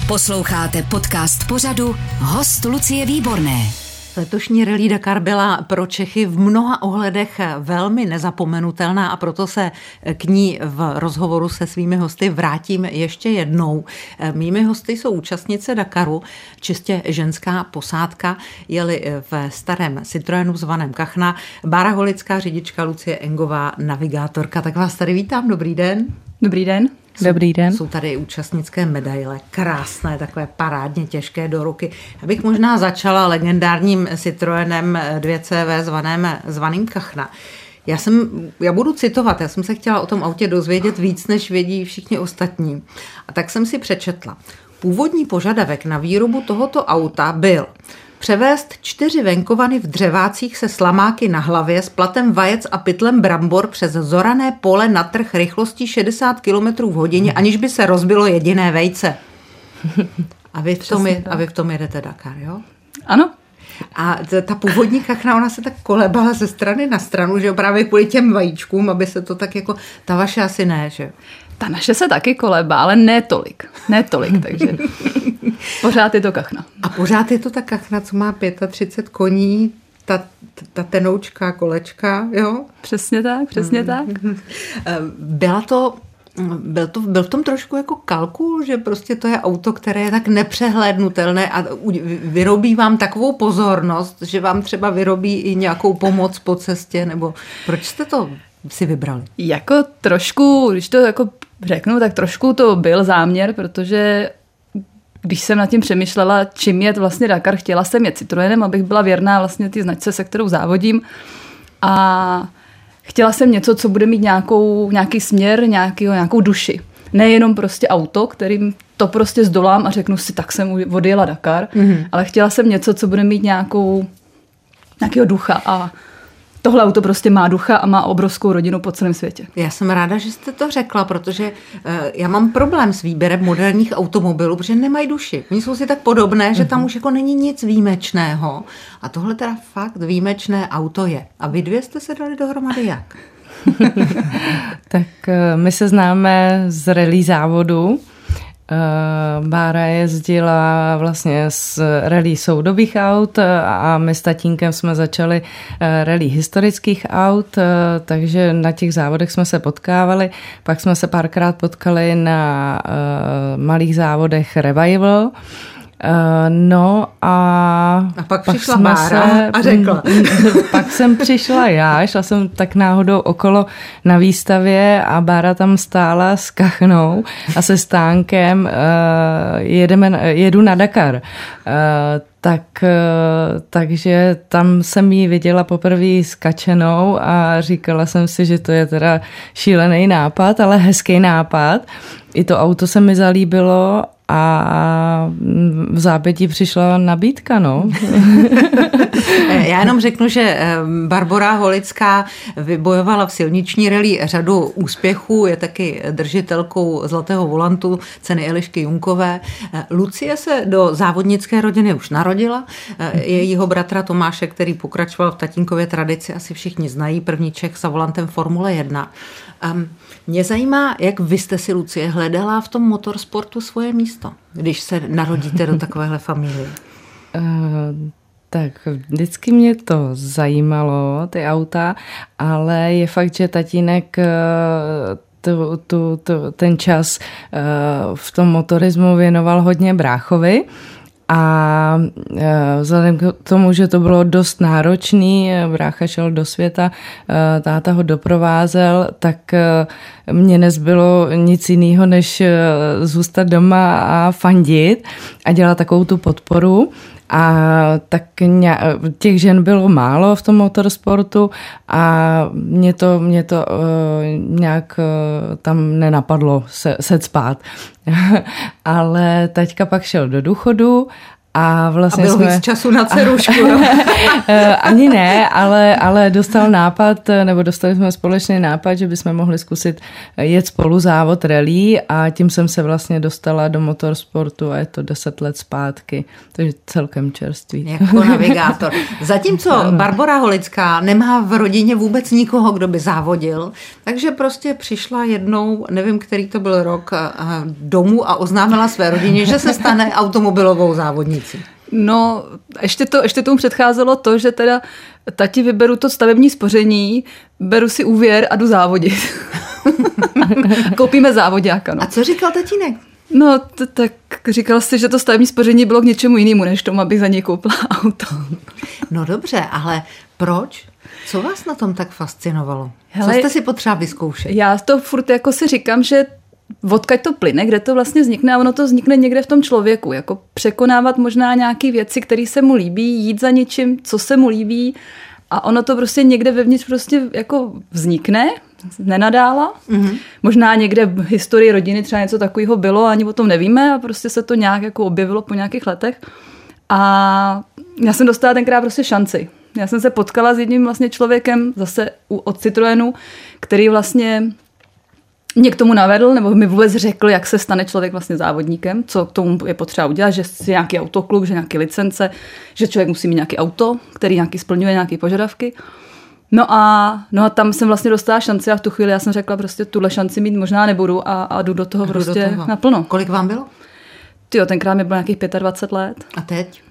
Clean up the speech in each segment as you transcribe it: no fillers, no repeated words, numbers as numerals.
Posloucháte podcast pořadu Host Lucie Výborné. Letošní Rallye Dakar byla pro Čechy v mnoha ohledech velmi nezapomenutelná a proto se k ní v rozhovoru se svými hosty vrátím ještě jednou. Mými hosty jsou účastnice Dakaru, čistě ženská posádka, jeli v starém Citroenu zvaném Kachna, Bára Holická, řidička, Lucie Engová, navigátorka. Tak vás tady vítám, dobrý den. Dobrý den. Dobrý den. Jsou tady účastnické medaile, krásné, takové parádně těžké do ruky. Já bych možná začala legendárním Citroenem 2CV zvaným Kachna. Já budu citovat, já jsem se chtěla o tom autě dozvědět víc, než vědí všichni ostatní. A tak jsem si přečetla. Původní požadavek na výrobu tohoto auta byl převést 4 venkovany v dřevácích se slamáky na hlavě s platem vajec a pytlem brambor přes zorané pole na trh rychlostí 60 km v hodině, aniž by se rozbilo jediné vejce. A vy v tom jedete Dakar, jo? Ano. A ta původní Kachna, ona se tak kolebala ze strany na stranu, že právě kvůli těm vajíčkům, aby se to tak jako, ta vaše asi ne, že? Ta naše se taky kolebá, ale ne tolik, takže pořád je to Kachna. A pořád je to ta Kachna, co má 35 koní, ta tenoučka, kolečka, jo? Přesně tak. Byl v tom trošku jako kalkul, že prostě to je auto, které je tak nepřehlédnutelné a vyrobí vám takovou pozornost, že vám třeba vyrobí i nějakou pomoc po cestě, nebo proč jste to si vybrali? Jako trošku, když to jako řeknu, tak trošku to byl záměr, protože když jsem nad tím přemýšlela, čím je vlastně Dakar, chtěla jsem jet Citroenem, abych byla věrná vlastně té značce, se kterou závodím, a chtěla jsem něco, co bude mít nějaký směr, nějakou duši. Nejenom prostě auto, kterým to prostě zdolám a řeknu si, tak jsem odjela Dakar, ale chtěla jsem něco, co bude mít nějakého ducha, a tohle auto prostě má ducha a má obrovskou rodinu po celém světě. Já jsem ráda, že jste to řekla, protože já mám problém s výběrem moderních automobilů, protože nemají duši. Oni jsou si tak podobné, že tam už jako není nic výjimečného. A tohle teda fakt výjimečné auto je. A vy dvě jste se dali dohromady jak? Tak my se známe z rally závodu. Bára jezdila vlastně z rally soudobých aut a my s tatínkem jsme začali rally historických aut, takže na těch závodech jsme se potkávali, pak jsme se párkrát potkali na malých závodech Revival. No a pak přišla Bára a řekla. Pak jsem přišla já, šla jsem tak náhodou okolo na výstavě a Bára tam stála s Kachnou a se stánkem jedu na Dakar. Takže tam jsem ji viděla poprvé skačenou a říkala jsem si, že to je teda šílený nápad, ale hezký nápad. I to auto se mi zalíbilo a v zápětí přišla nabídka, no. Já jenom řeknu, že Barbora Holická vybojovala v silniční rally řadu úspěchů, je taky držitelkou Zlatého volantu ceny Elišky Junkové. Lucie se do závodnické rodiny už narodila. Jejího bratra Tomáše, který pokračoval v tatínkově tradici, asi všichni znají, první Čech za volantem Formule 1. Mě zajímá, jak vy jste si, Lucie, hledala v tom motorsportu svoje místo, když se narodíte do takovéhle familie. Tak vždycky mě to zajímalo, ty auta, ale je fakt, že tatínek ten čas v tom motorismu věnoval hodně bráchovi. A vzhledem k tomu, že to bylo dost náročný, brácha šel do světa, táta ho doprovázel, tak mně nezbylo nic jiného, než zůstat doma a fandit a dělat takovou tu podporu. A tak těch žen bylo málo v tom motorsportu a mě to nějak tam nenapadlo se spát. Ale taťka pak šel do důchodu A vlastně a bylo víc času na dcerušku. No? Ani ne, ale dostali jsme společný nápad, že bychom mohli zkusit jet spolu závod rally a tím jsem se vlastně dostala do motorsportu a je to 10 let zpátky, takže celkem čerstvý. Jako navigátor. Zatímco Barbora Holická nemá v rodině vůbec nikoho, kdo by závodil, takže prostě přišla jednou, nevím, který to byl rok, domů a oznámila své rodině, že se stane automobilovou závodnicí. No, ještě tomu předcházelo to, že teda tati vyberu to stavební spoření, beru si úvěr a jdu závodit. Koupíme závoďáka. No. A co říkal tatínek? No, tak říkal si, že to stavební spoření bylo k něčemu jinému, než tomu, abych za něj koupila auto. No dobře, ale proč? Co vás na tom tak fascinovalo? Co jste si potřeba vyzkoušet? Já to furt jako si říkám, že odkud to plyne, kde to vlastně vznikne a ono to vznikne někde v tom člověku. Jako překonávat možná nějaké věci, které se mu líbí, jít za něčím, co se mu líbí a ono to prostě někde vevnitř prostě jako vznikne, nenadála. Mm-hmm. Možná někde v historii rodiny třeba něco takového bylo a ani o tom nevíme a prostě se to nějak jako objevilo po nějakých letech. A já jsem dostala tenkrát prostě šanci. Já jsem se potkala s jedním vlastně člověkem zase od Citroenu, který vlastně mě k tomu navedl, nebo mi vůbec řekl, jak se stane člověk vlastně závodníkem, co k tomu je potřeba udělat, že je nějaký autoklub, že nějaký licence, že člověk musí mít nějaký auto, který nějaký splňuje nějaké požadavky. No a tam jsem vlastně dostala šanci a v tu chvíli já jsem řekla prostě tuhle šanci mít možná nebudu a jdu do toho prostě naplno. Kolik vám bylo? Tyjo, tenkrát mi bylo nějakých 25 let. A teď?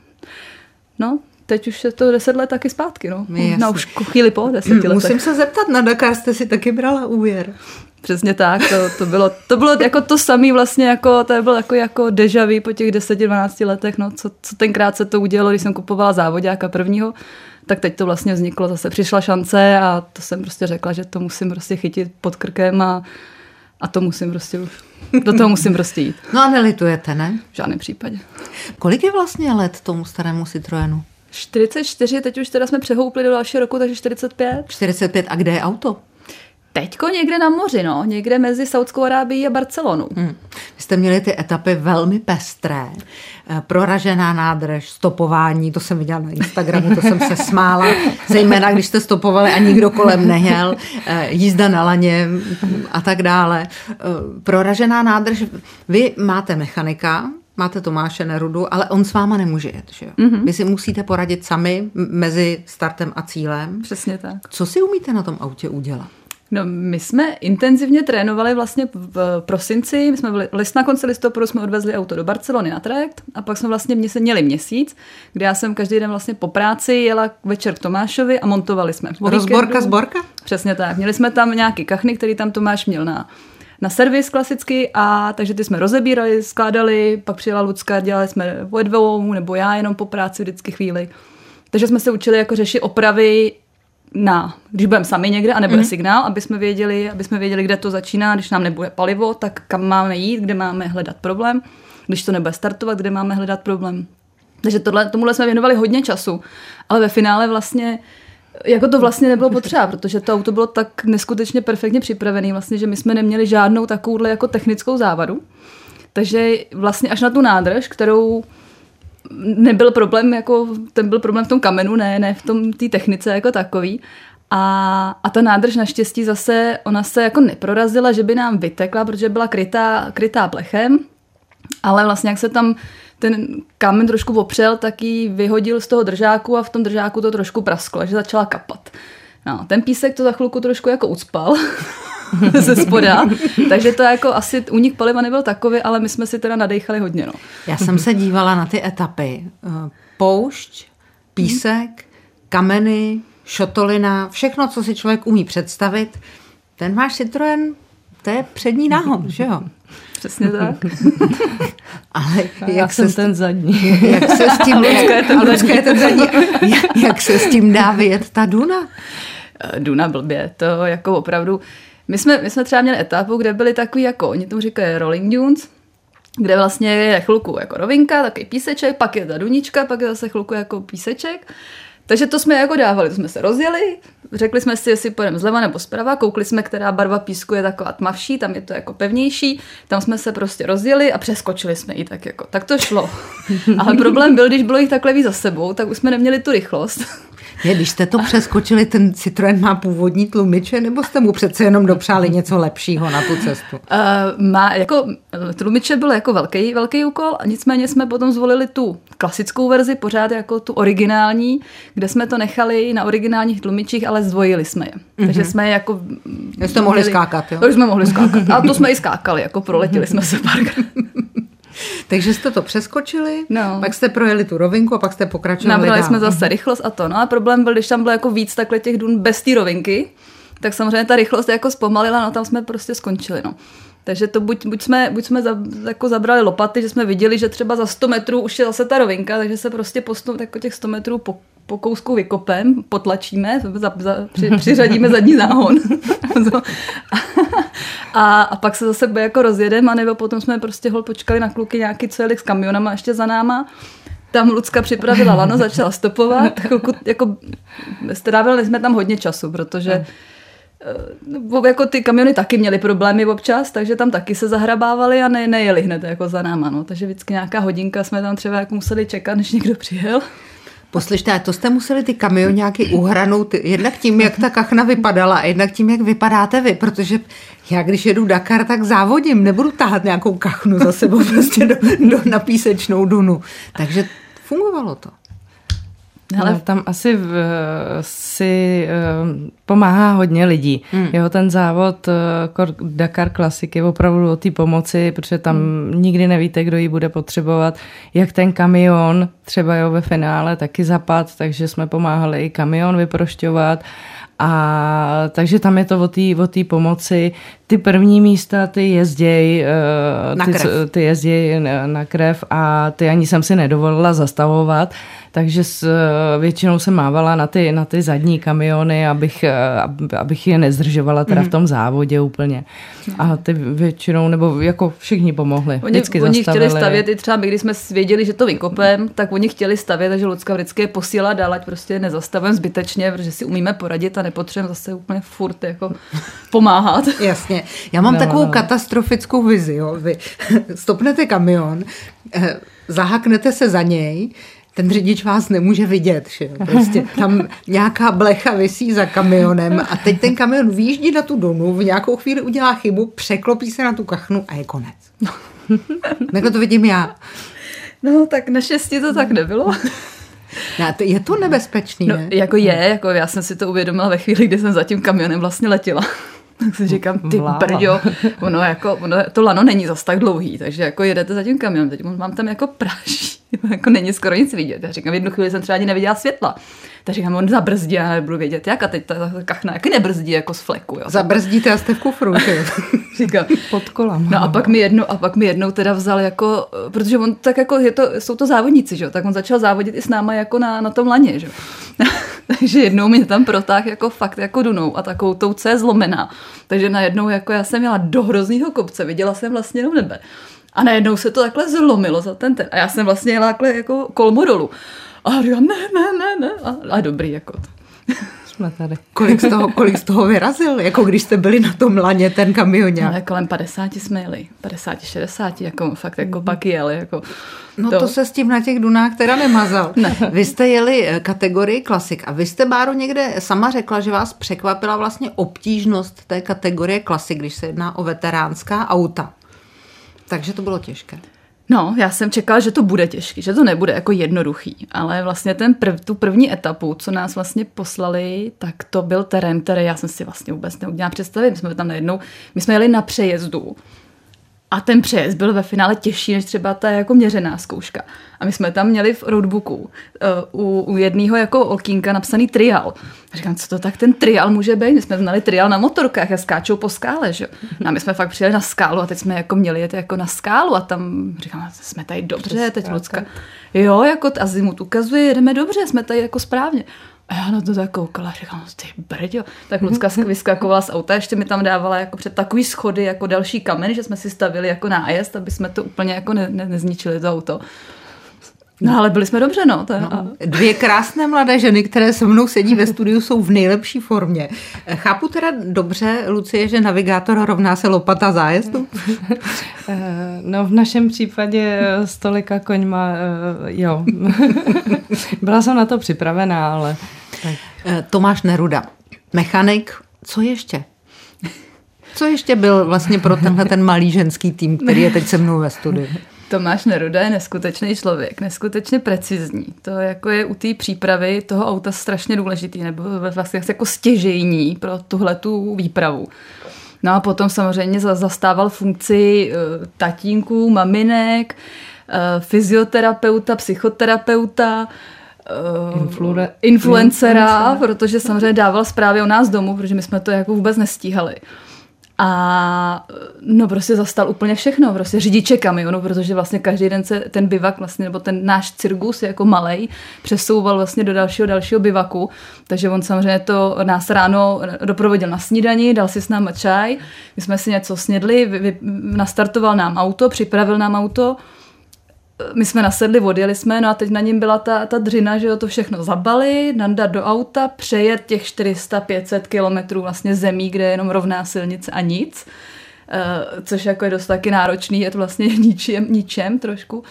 No, teď už je to 10 let taky zpátky, no. Na už chvíli po 10 letech. Musím se zeptat, na Dakar jste si taky brala úvěr. Přesně tak, to bylo jako to samé vlastně, jako, to bylo jako déjà vu po těch 10-12 letech, no, co tenkrát se to udělalo, když jsem kupovala závoďáka prvního, tak teď to vlastně vzniklo, zase přišla šance a to jsem prostě řekla, že to musím prostě chytit pod krkem a to musím prostě, do toho musím prostě jít. No a nelitujete, ne? V žádném případě. Kolik je vlastně let tomu starému Citroenu? 44, teď už teda jsme přehoupli do dalšího roku, takže 45. 45 a kde je auto? Teďko někde na moři, no. Někde mezi Saudskou Arábií a Barcelonou. Vy jste měli ty etapy velmi pestré. Proražená nádrž, stopování, to jsem viděla na Instagramu, to jsem se smála. Zejména, když jste stopovali a nikdo kolem nejel. Jízda na laně a tak dále. Proražená nádrž. Vy máte mechanika, máte Tomáše Nerudu, ale on s váma nemůže jet, že jo? Mm-hmm. Vy si musíte poradit sami mezi startem a cílem. Přesně tak. Co si umíte na tom autě udělat? No, my jsme intenzivně trénovali vlastně v prosinci, my jsme na konci listopadu jsme odvezli auto do Barcelony na trajekt a pak jsme vlastně měli měsíc, kde já jsem každý den vlastně po práci jela večer k Tomášovi a montovali jsme. Rozborka, zborka? Přesně tak. Měli jsme tam nějaký kachny, který tam Tomáš měl na servis klasicky a takže ty jsme rozebírali, skládali, pak přijela Lucka, dělali jsme ve dvou, nebo já jenom po práci vždycky chvíli. Takže jsme se učili jako řešit opravy když budeme sami někde a nebude signál, aby jsme věděli, kde to začíná, když nám nebude palivo, tak kam máme jít, kde máme hledat problém, když to nebude startovat, kde máme hledat problém. Takže tomuhle jsme věnovali hodně času, ale ve finále vlastně jako to vlastně nebylo potřeba, protože to auto bylo tak neskutečně perfektně připravené, vlastně, že my jsme neměli žádnou takovouhle jako technickou závadu. Takže vlastně až na tu nádrž, kterou nebyl problém, jako ten byl problém v tom kamenu, ne v tom té technice jako takový. A ta nádrž naštěstí zase, ona se jako neprorazila, že by nám vytekla, protože byla krytá plechem, ale vlastně jak se tam ten kámen trošku opřel, tak ji vyhodil z toho držáku a v tom držáku to trošku prasklo, že začala kapat. No, ten písek to za chvilku trošku jako ucpal ze spoda, takže to jako asi únik paliva nebyl takový, ale my jsme si teda nadechali hodně. No. Já jsem se dívala na ty etapy. Poušť, písek, kameny, šotolina, všechno, co si člověk umí představit. Ten váš Citroen, to je přední náhon, že jo? Přesně tak. Ale jak jsem ten zadní. Jak se s tím jak se s tím dá vyjet ta Duna? Duna blbě, to jako opravdu. My jsme třeba měli etapu, kde byly takový jako, oni tomu říkají rolling dunes, kde vlastně je chvilku jako rovinka, takový píseček, pak je ta dunička, pak je zase chvilku jako píseček. Takže to jsme jako dávali, to jsme se rozjeli, řekli jsme si, jestli půjdeme zleva nebo zprava, koukli jsme, která barva písku je taková tmavší, tam je to jako pevnější, tam jsme se prostě rozjeli a přeskočili jsme ji tak jako, tak to šlo. Ale problém byl, když bylo jich takhle víc za sebou, tak už jsme neměli tu rychlost. Když jste to přeskočili, ten Citroën má původní tlumiče, nebo jste mu přece jenom dopřáli něco lepšího na tu cestu? Má jako, tlumiče byl jako velký úkol, a nicméně jsme potom zvolili tu klasickou verzi, pořád jako tu originální, kde jsme to nechali na originálních tlumičích, ale zdvojili jsme je. Takže jsme je jako... Jste mohli skákat, jo? To jsme mohli skákat. A to jsme i skákali, jako proletěli jsme se párkrát. Takže jste to přeskočili, no. Pak jste projeli tu rovinku a pak jste pokračovali Nabrali dál. jsme zase rychlost a to. No a problém byl, když tam bylo jako víc takhle těch dun bez té rovinky, tak samozřejmě ta rychlost jako zpomalila, no tam jsme prostě skončili, no. Takže to buď jsme jako zabrali lopaty, že jsme viděli, že třeba za 100 metrů už je zase ta rovinka, takže se prostě postupně jako těch 100 metrů po kousku vykopem, potlačíme, přiřadíme zadní záhon. a pak se zase jako rozjedeme, anebo potom jsme prostě počkali na kluky nějaký, co jeli s kamionama ještě za náma. Tam Lucka připravila lano, začala stopovat. Jako, strávili jsme tam hodně času, protože jako ty kamiony taky měly problémy občas, takže tam taky se zahrabávali a nejeli hned jako za náma. No. Takže vždycky nějaká hodinka jsme tam třeba jako museli čekat, než někdo přijel. Poslyšte, to jste museli ty kamionáky uhranout jednak tím, jak ta kachna vypadala a jednak tím, jak vypadáte vy, protože já, když jedu Dakar, tak závodím, nebudu tahat nějakou kachnu za sebou prostě na písečnou dunu. Takže fungovalo to. Ale tam asi si pomáhá hodně lidí. Jo, ten závod Dakar Classic je opravdu o té pomoci, protože tam nikdy nevíte, kdo ji bude potřebovat. Jak ten kamion, třeba jo, ve finále taky zapad, takže jsme pomáhali i kamion vyprošťovat. A takže tam je to o té pomoci. Ty první místa, ty jezděj na krev a ty ani jsem si nedovolila zastavovat, takže většinou jsem mávala na ty zadní kamiony, abych je nezdržovala teda v tom závodě úplně. A ty většinou, nebo jako všichni pomohli. Oni chtěli stavět i třeba, když jsme věděli, že to vykopem, tak oni chtěli stavět, takže Lucka vždycky je posílala dál, ať prostě nezastavujeme zbytečně, protože si umíme poradit a nepotřebujeme zase úplně furt jako pomáhat. Jasně. Já mám takovou katastrofickou vizi. Jo. Vy stopnete kamion, zahaknete se za něj, ten řidič vás nemůže vidět. Že? Prostě tam nějaká blecha visí za kamionem a teď ten kamion vyjíždí na tu donu, v nějakou chvíli udělá chybu, překlopí se na tu kachnu a je konec. Takhle to vidím já. No tak naštěstí to tak nebylo. Je to nebezpečný, ne? Jako já jsem si to uvědomila ve chvíli, kdy jsem za tím kamionem vlastně letěla. Tak si říkám, ty brďo, ono to lano není zas tak dlouhý, takže jako jedete za tím kamionem, teď mám tam jako práší, jako není skoro nic vidět. Já říkám, v jednu chvíli jsem třeba ani neviděla světla. Tak říkám, on zabrzdí, já nebudu vědět jak, a teď ta kachna jaký nebrzdí jako z fleku. Jo. Zabrzdíte a jste v kufru. Říkám, pod kolem. No a pak mi jednou teda vzal jako, protože on tak jako jsou to závodníci, že jo, tak on začal závodit i s náma jako na tom laně, že jo. Takže jednou mě tam protáhl jako fakt jako dunou a takovou tou, co je zlomená. Takže najednou jako já jsem jela do hrozného kopce, viděla jsem vlastně jenom nebe. A najednou se to takhle zlomilo za ten. A já jsem vlastně jela takhle jako kolmo dolů. A říkám, ne. A dobrý, jako to. Jsme tady. Kolik z toho vyrazil? Jako když jste byli na tom laně, ten kamioně? Ale kolem 50 jsme jeli. 50, 60, jako fakt jako pak jeli. Jako no to se s tím na těch dunách teda nemazal. Ne. Vy jste jeli kategorii klasik a vy jste, Báro, někde sama řekla, že vás překvapila vlastně obtížnost té kategorie klasik, když se jedná o veteránská auta. Takže to bylo těžké. No, já jsem čekala, že to bude těžký, že to nebude jako jednoduchý, ale vlastně tu první etapu, co nás vlastně poslali, tak to byl terén, který já jsem si vlastně vůbec neudělala představit. My jsme tam najednou, my jsme jeli na přejezdu a ten přejezd byl ve finále těžší, než třeba ta jako měřená zkouška. A my jsme tam měli v roadbooku u jedného jako okýnka napsaný trial. A říkám, co to tak ten trial může být? My jsme znali trial na motorkách a skáčou po skále, že jo. No a my jsme fakt přijeli na skálu a teď jsme jako měli jet jako na skálu a tam říkám, jsme tady dobře, teď Lucka. Jo, jako azimut ukazuje, jedeme dobře, jsme tady jako správně. A já na to tak koukala, říkám, ty brďo. Tak Lucka vyskakovala z auta, ještě mi tam dávala jako před takový schody, jako další kamen, že jsme si stavili jako nájezd, aby jsme to úplně jako nezničili to auto. No ale byli jsme dobře, no. Dvě krásné mladé ženy, které se mnou sedí ve studiu, jsou v nejlepší formě. Chápu teda dobře, Lucie, že navigátor rovná se lopata zájezdu? No v našem případě s tolika koňma, jo. Byla jsem na to připravená, ale... Tak. Tomáš Neruda, mechanik, co ještě? Co ještě byl vlastně pro tenhle ten malý ženský tým, který je teď se mnou ve studiu? Tomáš Neruda je neskutečný člověk, neskutečně precizní. To jako je u té přípravy toho auta strašně důležitý, nebo vlastně jako stěžejní pro tuhletu výpravu. No a potom samozřejmě zastával funkci tatínků, maminek, fyzioterapeuta, psychoterapeuta, influencera, protože samozřejmě dával zprávy o nás domů, protože my jsme to jako vůbec nestíhali. A no prostě zastal úplně všechno, prostě řidiče kamionu, protože vlastně každý den se ten bivak vlastně, nebo ten náš cirkus jako malej přesouval vlastně do dalšího bivaku, takže on samozřejmě to nás ráno doprovodil na snídani, dal si s náma čaj, my jsme si něco snědli, nastartoval nám auto, připravil nám auto, my jsme nasedli, odjeli jsme, no a teď na něm byla ta dřina, že to všechno zabali, nandat do auta, přejet těch 400-500 kilometrů vlastně zemí, kde je jenom rovná silnice a nic, což jako je dost taky náročný, je to vlastně ničem trošku.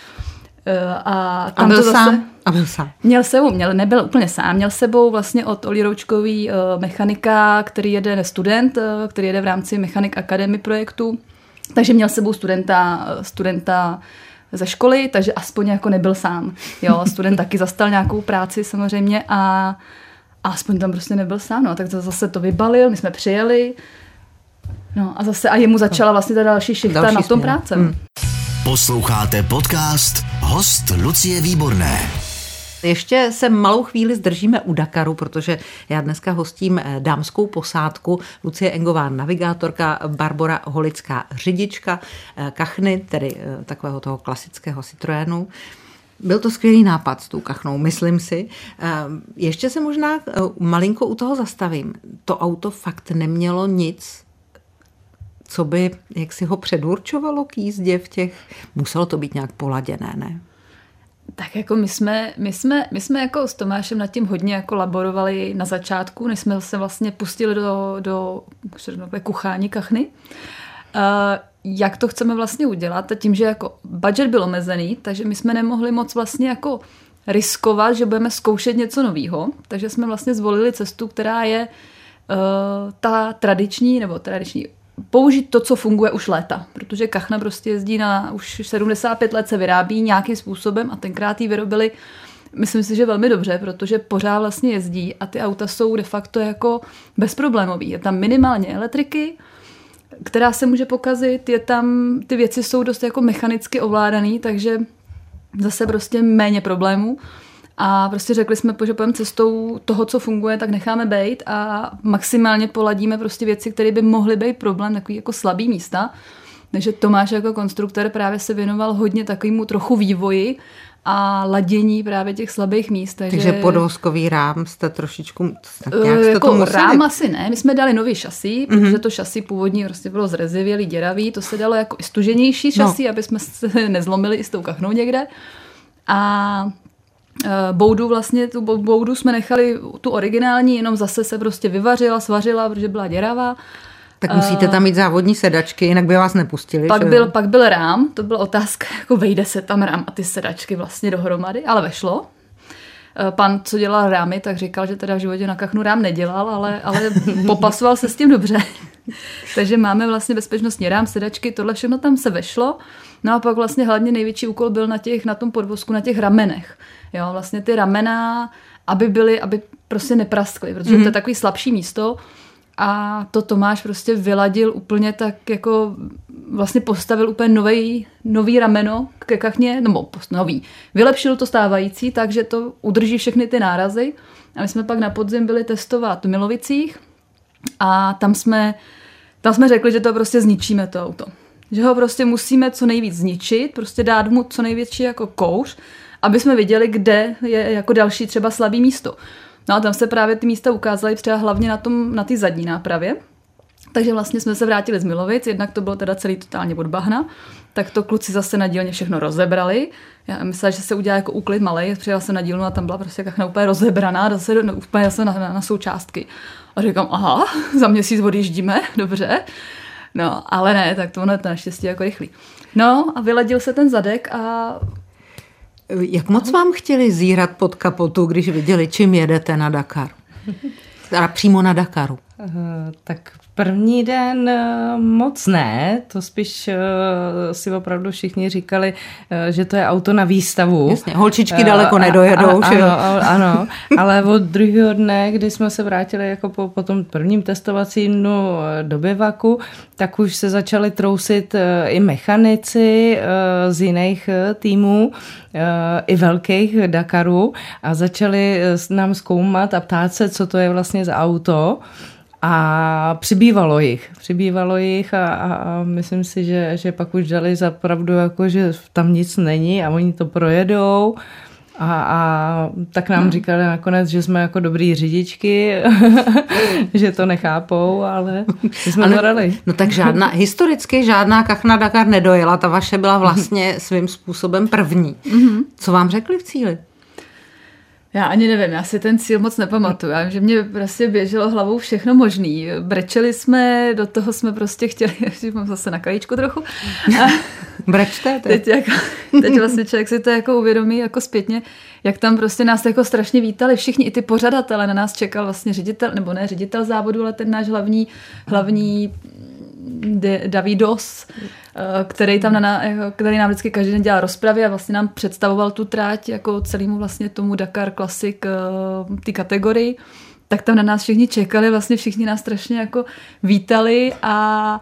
A tam byl to zase... sám? A byl sám. Nebyl úplně sám, měl sebou vlastně od Olí Roučkový mechanika, který jede student, který jede v rámci Mechanik Academy projektu, takže měl sebou studenta ze školy, takže aspoň jako nebyl sám. Jo, student taky zastal nějakou práci samozřejmě a aspoň tam prostě nebyl sám. No, tak zase to vybalil, my jsme přijeli. No a zase a jemu začala vlastně ta další šichta na tom práce. Posloucháte podcast Host Lucie Výborné. Ještě se malou chvíli zdržíme u Dakaru, protože já dneska hostím dámskou posádku Lucie Engová, navigátorka, Barbora Holická, řidička kachny, tedy takového toho klasického Citroenu. Byl to skvělý nápad s tou kachnou, myslím si. Ještě se možná malinko u toho zastavím. To auto fakt nemělo nic, co by jaksi ho předurčovalo k jízdě v těch... Muselo to být nějak poladěné, ne? Tak jako my jsme jako s Tomášem nad tím hodně jako laborovali na začátku, než jsme se vlastně pustili do kuchání kachny. Jak to chceme vlastně udělat? A tím, že jako budget byl omezený, takže my jsme nemohli moc vlastně jako riskovat, že budeme zkoušet něco nového. Takže jsme vlastně zvolili cestu, která je ta tradiční, použít to, co funguje už léta, protože kachna prostě jezdí už 75 let se vyrábí nějakým způsobem a tenkrát ji vyrobili, myslím si, že velmi dobře, protože pořád vlastně jezdí a ty auta jsou de facto jako bezproblémový. Je tam minimálně elektriky, která se může pokazit, ty věci jsou dost jako mechanicky ovládaný, takže zase prostě méně problémů. A prostě řekli jsme, že půjdeme cestou toho, co funguje, tak necháme bejt a maximálně poladíme prostě věci, které by mohly být problém, takový jako slabý místa. Takže Tomáš jako konstruktor právě se věnoval hodně takovému trochu vývoji a ladění právě těch slabých míst. Takže podvozkový rám jste trošičku... Jak jste jako to museli? Rám asi ne, my jsme dali nový šasí, protože to šasí původní prostě bylo zrezivělý, děravý, to se dalo jako i stuženější šasí, aby jsme se nezlomili i s tou kachnou někde. A boudu vlastně, tu boudu jsme nechali tu originální, jenom zase se prostě vyvařila, svařila, protože byla děravá. Tak musíte tam mít závodní sedačky, jinak by vás nepustili. Pak byl rám, to byla otázka, jako vejde se tam rám a ty sedačky vlastně dohromady, ale vešlo. Pan, co dělal rámy, tak říkal, že teda v životě na kachnu rám nedělal, ale popasoval se s tím dobře. Takže máme vlastně bezpečnostní rám, sedačky, tohle všechno tam se vešlo. No a pak vlastně hlavně největší úkol byl na tom podvozku, na těch ramenech. Jo, vlastně ty ramena, aby prostě nepraskly, protože to je takový slabší místo. A to Tomáš prostě vyladil úplně tak jako vlastně postavil úplně nový rameno ke kachně, nebo nový. Vylepšil to stávající, takže to udrží všechny ty nárazy. A my jsme pak na podzim byli testovat v Milovicích a tam jsme řekli, že to prostě zničíme to auto. Že ho prostě musíme co nejvíc zničit, prostě dát mu co největší jako kouř, aby jsme viděli, kde je jako další třeba slabý místo. No a tam se právě ty místa ukázaly třeba hlavně na té zadní nápravě. Takže vlastně jsme se vrátili z Milovic, jednak to bylo teda celý totálně od bahna, tak to kluci zase na dílně všechno rozebrali. Já myslela, že se udělá jako úklid malej, přijela jsem na dílnu a tam byla prostě kachna úplně rozebraná, úplně zase na součástky. A říkám, aha, za měsíc odjíždíme, dobře. No, ale ne, tak to ono je to naštěstí jako rychlý. No a vyladil se ten zadek a... Jak moc vám chtěli zírat pod kapotu, když viděli, čím jedete na Dakar? Teda přímo na Dakaru. Tak první den moc ne, to spíš si opravdu všichni říkali, že to je auto na výstavu. Jasně, holčičky daleko nedojedou. Ano, ale od druhého dne, kdy jsme se vrátili jako po tom prvním testovacím dnu do bivaku, tak už se začali trousit i mechanici z jiných týmů, i velkých Dakarů a začali nám zkoumat a ptát se, co to je vlastně za auto. A přibývalo jich a myslím si, že pak už dali za pravdu, jako, že tam nic není a oni to projedou a tak nám říkali nakonec, že jsme jako dobrý řidičky, že to nechápou, ale jsme dorali. No tak historicky žádná kachna Dakar nedojela, ta vaše byla vlastně svým způsobem první. Co vám řekli v cíli? Já ani nevím, já si ten cíl moc nepamatuju. Já vím, že mě prostě běželo hlavou všechno možný. Brečeli jsme, do toho jsme prostě chtěli, mám zase na krajíčku trochu. Brečte? Teď vlastně člověk si to jako uvědomí jako zpětně, jak tam prostě nás jako strašně vítali všichni, i ty pořadatele, na nás čekal vlastně ředitel, nebo ne ředitel závodu, ale ten náš hlavní Davidos, který nám vždycky každý den dělal rozpravy a vlastně nám představoval tu tráť jako celému vlastně tomu Dakar Classic ty kategorii, tak tam na nás všichni čekali, vlastně všichni nás strašně jako vítali a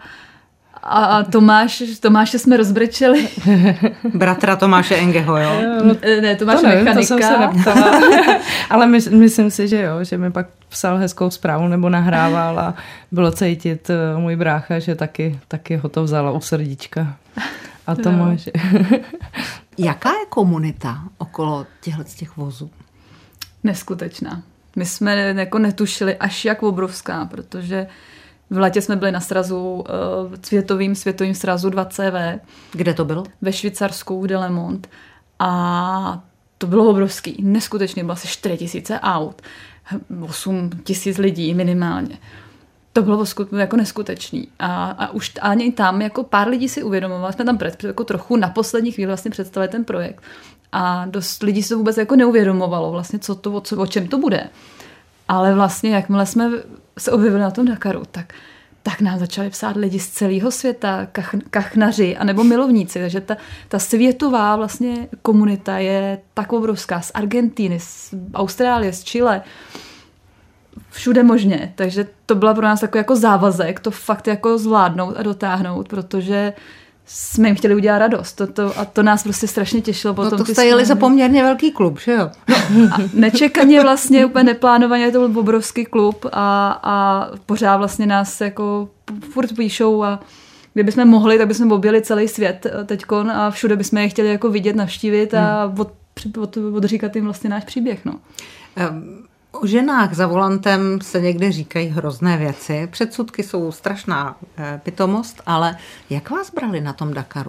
Tomáše jsme rozbrečeli. Bratra Tomáše Engeho, jo? Ne, Tomáš mechanika. To jsem se neptala. Ale myslím si, že jo, že mi pak psal hezkou zprávu nebo nahrával a bylo cítit můj brácha, že taky ho to vzala u srdíčka. A Tomáš. Jaká je komunita okolo těch vozů? Neskutečná. My jsme jako netušili, až jak obrovská, protože v létě jsme byli na srazu, světovým srazu 2CV. Kde to bylo? Ve Švýcarsku, v Delemont. A to bylo obrovský, neskutečný, bylo asi 4 000 aut, 8 000 lidí minimálně. To bylo jako neskutečný. A už ani tam jako pár lidí si uvědomovali, jsme tam jako trochu na poslední chvíli vlastně představili ten projekt. A dost lidí si to vůbec jako neuvědomovalo, vlastně o čem to bude. Ale vlastně, jakmile jsme se objevili na tom Dakaru, tak nám začali psát lidi z celého světa, kachnaři anebo milovníci. Takže ta světová vlastně komunita je tak obrovská. Z Argentíny, z Austrálie, z Chile, všude možně. Takže to byla pro nás takový jako závazek to fakt jako zvládnout a dotáhnout, protože jsme jim chtěli udělat radost. A to nás prostě strašně těšilo. Potom to jste jeli za poměrně velký klub, že jo? No, a nečekaně vlastně, úplně neplánovaně, to byl obrovský klub a pořád vlastně nás jako furt píšou a kdybychom mohli, tak bychom objeli celý svět teďkon a všude bychom je chtěli jako vidět, navštívit a odříkat jim vlastně náš příběh. No. O ženách za volantem se někde říkají hrozné věci. Předsudky jsou strašná pitomost, ale jak vás brali na tom Dakaru?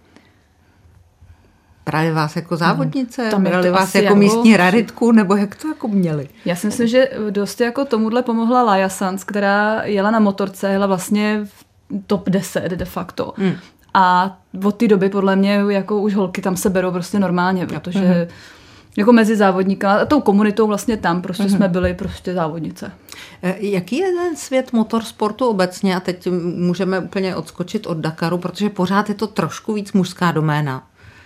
Brali vás jako závodnice? Brali vás jako místní raritku? Nebo jak to jako měli? Já si myslím, že dost jako tomuhle pomohla Laia Sanz, která jela na motorce, jela vlastně v top 10 de facto. A od té doby podle mě jako už holky tam se berou prostě normálně, protože jako mezi závodníkama a tou komunitou vlastně tam prostě jsme byli prostě závodnice. Jaký je ten svět motorsportu obecně? A teď můžeme úplně odskočit od Dakaru, protože pořád je to trošku víc mužská doména.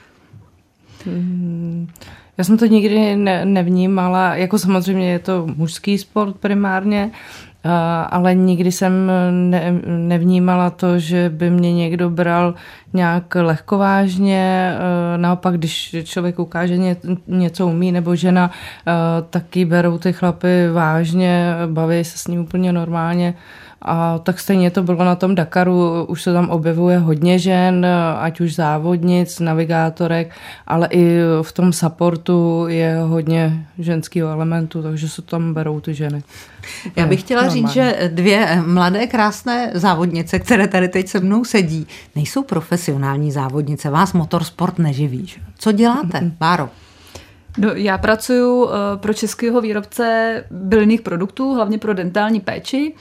Já jsem to nikdy nevnímala, jako samozřejmě je to mužský sport primárně, ale nikdy jsem nevnímala to, že by mě někdo bral nějak lehkovážně. Naopak, když člověk ukáže něco umí, nebo žena, taky berou ty chlapy vážně, baví se s ním úplně normálně. A tak stejně to bylo na tom Dakaru, už se tam objevuje hodně žen, ať už závodnic, navigátorek, ale i v tom supportu je hodně ženského elementu, takže se tam berou ty ženy. Já bych chtěla říct, že dvě mladé krásné závodnice, které tady teď se mnou sedí, nejsou profesionální závodnice, vás motorsport neživí. Že? Co děláte, Báro? No, já pracuji pro českého výrobce bylinných produktů, hlavně pro dentální péči.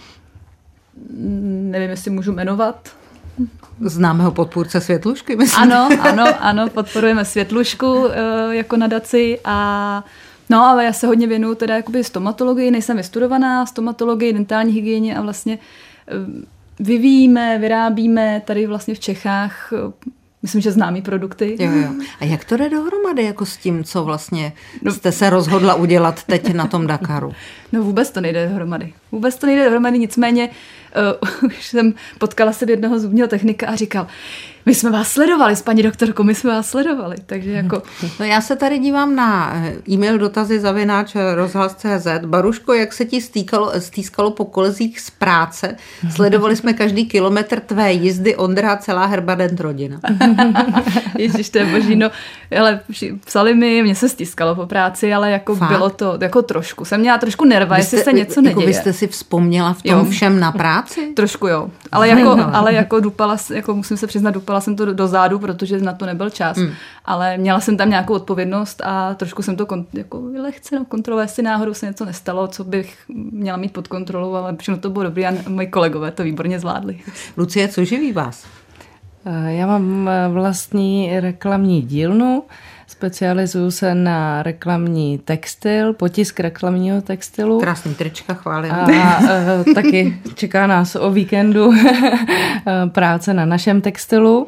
Nevím, jestli můžu jmenovat. Známého podpůrce Světlušky, myslím. Ano, podporujeme Světlušku jako nadaci ale já se hodně věnuju teda jakoby stomatologii, nejsem vystudovaná, stomatologii, dentální hygieně a vlastně vyvíjíme, vyrábíme tady vlastně v Čechách, myslím, že známý produkty. Jo. A jak to jde dohromady jako s tím, co vlastně jste se rozhodla udělat teď na tom Dakaru? No vůbec to nejde dohromady, nicméně už jsem potkala se jednoho zubního technika a říkal, my jsme vás sledovali s paní doktorkou, takže jako... No já se tady dívám na e-mail dotazy @rozhlas.cz. Baruško, jak se ti stýskalo po kolezích z práce? Sledovali jsme každý kilometr tvé jízdy, Ondra, celá Herbadent rodina. Ježiš, to je boží, no, ale psali mi, mně se stýskalo po práci, ale jako fakt? Bylo to jako trošku. Jsem měla trošku nerva, jestli se něco neděje. Jako vy jste si vzpomněla v tom všem na práci? Trošku jo, ale jako dupala, jako musím se přiznat, dupala jsem to do zádu, protože na to nebyl čas, ale měla jsem tam nějakou odpovědnost a trošku jsem to jako lehce kontrolovala, jestli náhodou se něco nestalo, co bych měla mít pod kontrolou, ale všechno to bylo dobré a moji kolegové to výborně zvládli. Lucie, co živí vás? Já mám vlastní reklamní dílnu, specializuju se na reklamní textil, potisk reklamního textilu. Krásný trička, chválím. A taky čeká nás o víkendu práce na našem textilu.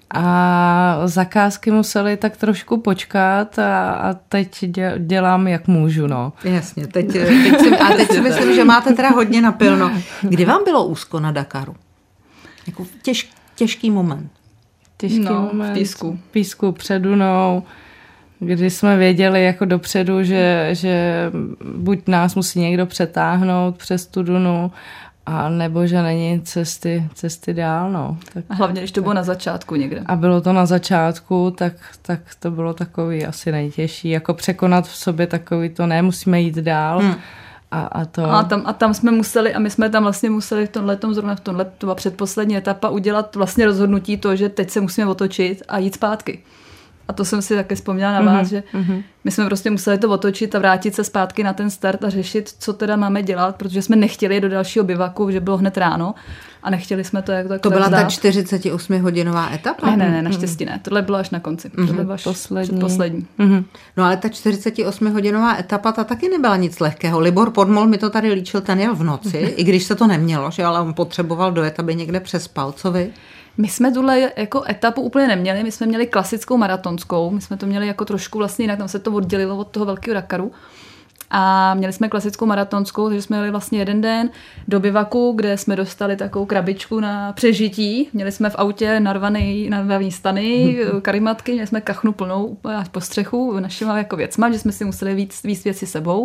A zakázky musely tak trošku počkat a teď dělám, jak můžu. No. Jasně, teď si myslím, že máte teda hodně napilno. Kdy vám bylo úzko na Dakaru? Jako těžký moment. Moment. V Písku před Dunou, kdy jsme věděli jako dopředu, že buď nás musí někdo přetáhnout přes tu Dunu, a nebo že není cesty dál. No. Tak, a hlavně, když to bylo na začátku někde. A bylo to na začátku, tak to bylo takový asi nejtěžší. Jako překonat v sobě takový to, ne, musíme jít dál. A tam jsme museli, a my jsme tam vlastně museli v tomhletom, zrovna v tomhle, to byla předposlední etapa, udělat vlastně rozhodnutí to, že teď se musíme otočit a jít zpátky. A to jsem si také vzpomněla na vás, že my jsme prostě museli to otočit a vrátit se zpátky na ten start a řešit, co teda máme dělat, protože jsme nechtěli jít do dalšího bivaku, že bylo hned ráno a nechtěli jsme to jak to byla ta 48-hodinová etapa? Ne, naštěstí ne. Tohle bylo až na konci. Tohle bylo až poslední. No ale ta 48-hodinová etapa, ta taky nebyla nic lehkého. Libor Podmol mi to tady líčil, ten jel v noci, i když se to nemělo, že, ale on potřeboval dojet, aby někde přespal. Co vy? My jsme tuhle jako etapu úplně neměli, my jsme měli klasickou maratonskou, my jsme to měli jako trošku vlastně jinak, tam se to oddělilo od toho velkého Dakaru a měli jsme klasickou maratonskou, takže jsme jeli vlastně jeden do bivaku, kde jsme dostali takovou krabičku na přežití, měli jsme v autě narvaný stany, karimatky, měli jsme kachnu plnou až po střechu našima jako věcma, že jsme si museli víc věci sebou.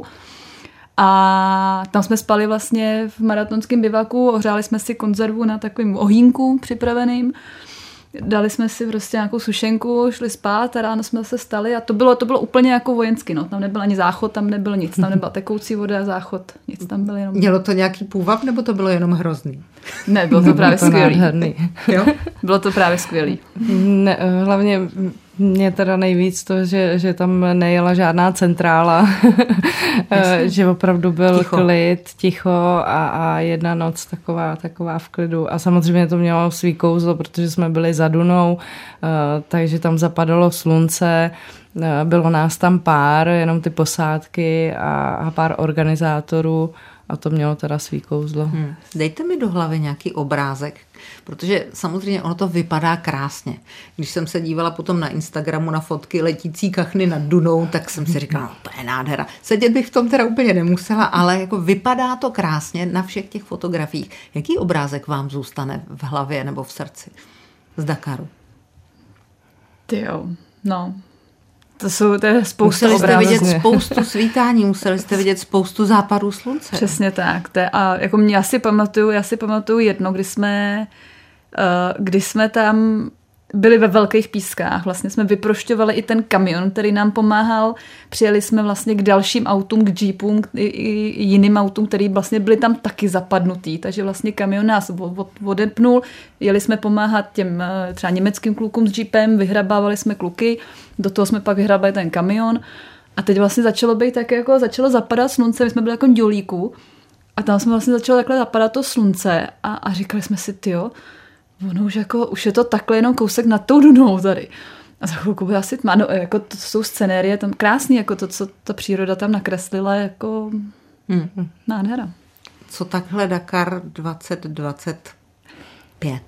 A tam jsme spali vlastně v maratonském bivaku, ohřáli jsme si konzervu na takovým ohýnku připraveným, dali jsme si prostě nějakou sušenku, šli spát a ráno jsme se stali a to bylo úplně jako vojensky, no. Tam nebyl ani záchod, tam nebyl nic, tam nebyla tekoucí voda a záchod, nic tam byl jenom... Mělo to nějaký půvab, nebo to bylo jenom hrozný? Ne, bylo to právě skvělý. Jo? Bylo to právě skvělý. Ne, hlavně mě teda nejvíc to, že tam nejela žádná centrála, že opravdu byl ticho a jedna noc taková v klidu. A samozřejmě to mělo svý kouzlo, protože jsme byli za Dunou, takže tam zapadalo slunce, bylo nás tam pár, jenom ty posádky a pár organizátorů. A to mělo teda svý kouzlo. Dejte mi do hlavy nějaký obrázek, protože samozřejmě ono to vypadá krásně. Když jsem se dívala potom na Instagramu na fotky letící kachny nad Dunou, tak jsem si říkala, no, to je nádhera. Sedět bych v tom teda úplně nemusela, ale jako vypadá to krásně na všech těch fotografiích. Jaký obrázek vám zůstane v hlavě nebo v srdci z Dakaru? Tyjo, no... To je spousta museli jste vidět spoustu svítání, museli jste vidět spoustu západů slunce. Přesně tak. A jako já si pamatuju jedno, kdy jsme tam byli ve velkých pískách. Vlastně jsme vyprošťovali i ten kamion, který nám pomáhal. Přijeli jsme vlastně k dalším autům, k jeepům, i jiným autům, který vlastně byli tam taky zapadnutý. Takže vlastně kamion nás odepnul. Jeli jsme pomáhat těm třeba německým klukům s jeepem, vyhrabávali jsme kluky, do toho jsme pak vyhrabali ten kamion. A teď vlastně začalo zapadat slunce, my jsme byli jako dělíku a tam jsme vlastně začalo takhle zapadat to slunce a říkali jsme si, tyjo, ono už je to takhle jenom kousek nad tou dunou tady. A za chvilku bude asi tma. No, jako to jsou scenérie tam krásný, jako to, co ta příroda tam nakreslila, jako nádhera. Co takhle Dakar 2025?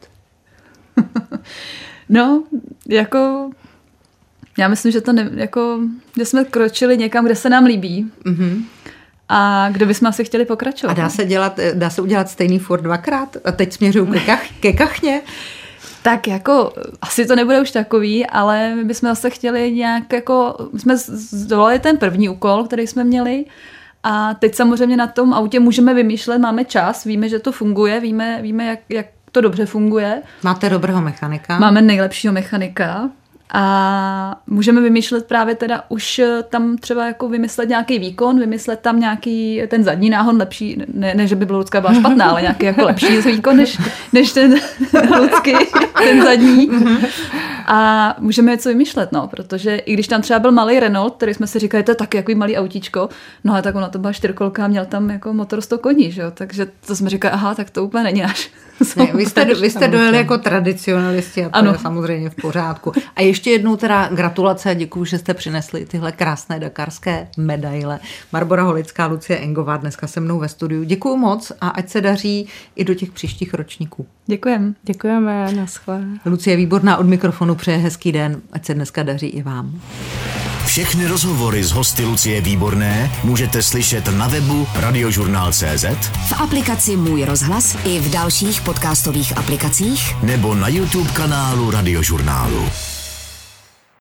No, jako já myslím, že že jsme kročili někam, kde se nám líbí. Mm-hmm. A kde bychom asi chtěli pokračovat. A dá se udělat stejný furt dvakrát? A teď směřuju ke kachně? Tak jako, asi to nebude už takový, ale my bychom zase chtěli nějak jako, my jsme zdolali ten první úkol, který jsme měli a teď samozřejmě na tom autě můžeme vymýšlet, máme čas, víme, že to funguje, víme jak to dobře funguje. Máte dobrého mechanika? Máme nejlepšího mechanika. A můžeme vymýšlet právě teda už tam třeba jako vymyslet nějaký výkon, vymyslet tam nějaký ten zadní náhon lepší, ne že by byla Lucka byla špatná, ale nějaký jako lepší výkon než ten Lucky, ten zadní. A můžeme něco vymýšlet, no, protože i když tam třeba byl malý Renault, který jsme si říkali, to je taky jako malý autíčko, no ale tak ona to byla 4kolka a měl tam jako motor 100 koní, že jo, takže to jsme říkali, aha, tak to úplně není náš. Ne, vy jste dojeli jako tradicionalisti a to je samozřejmě v pořádku. A ještě jednou teda gratulace a děkuju, že jste přinesli tyhle krásné dakarské medaile. Barbora Holická, Lucie Engová dneska se mnou ve studiu. Děkuju moc a ať se daří i do těch příštích ročníků. Děkujeme, naschle. Lucie Výborná od mikrofonu přeje hezký den, ať se dneska daří i vám. Všechny rozhovory s hosty Lucie Výborné můžete slyšet na webu Radiožurnál.cz, v aplikaci Můj rozhlas i v dalších podcastových aplikacích nebo na YouTube kanálu Radiožurnálu.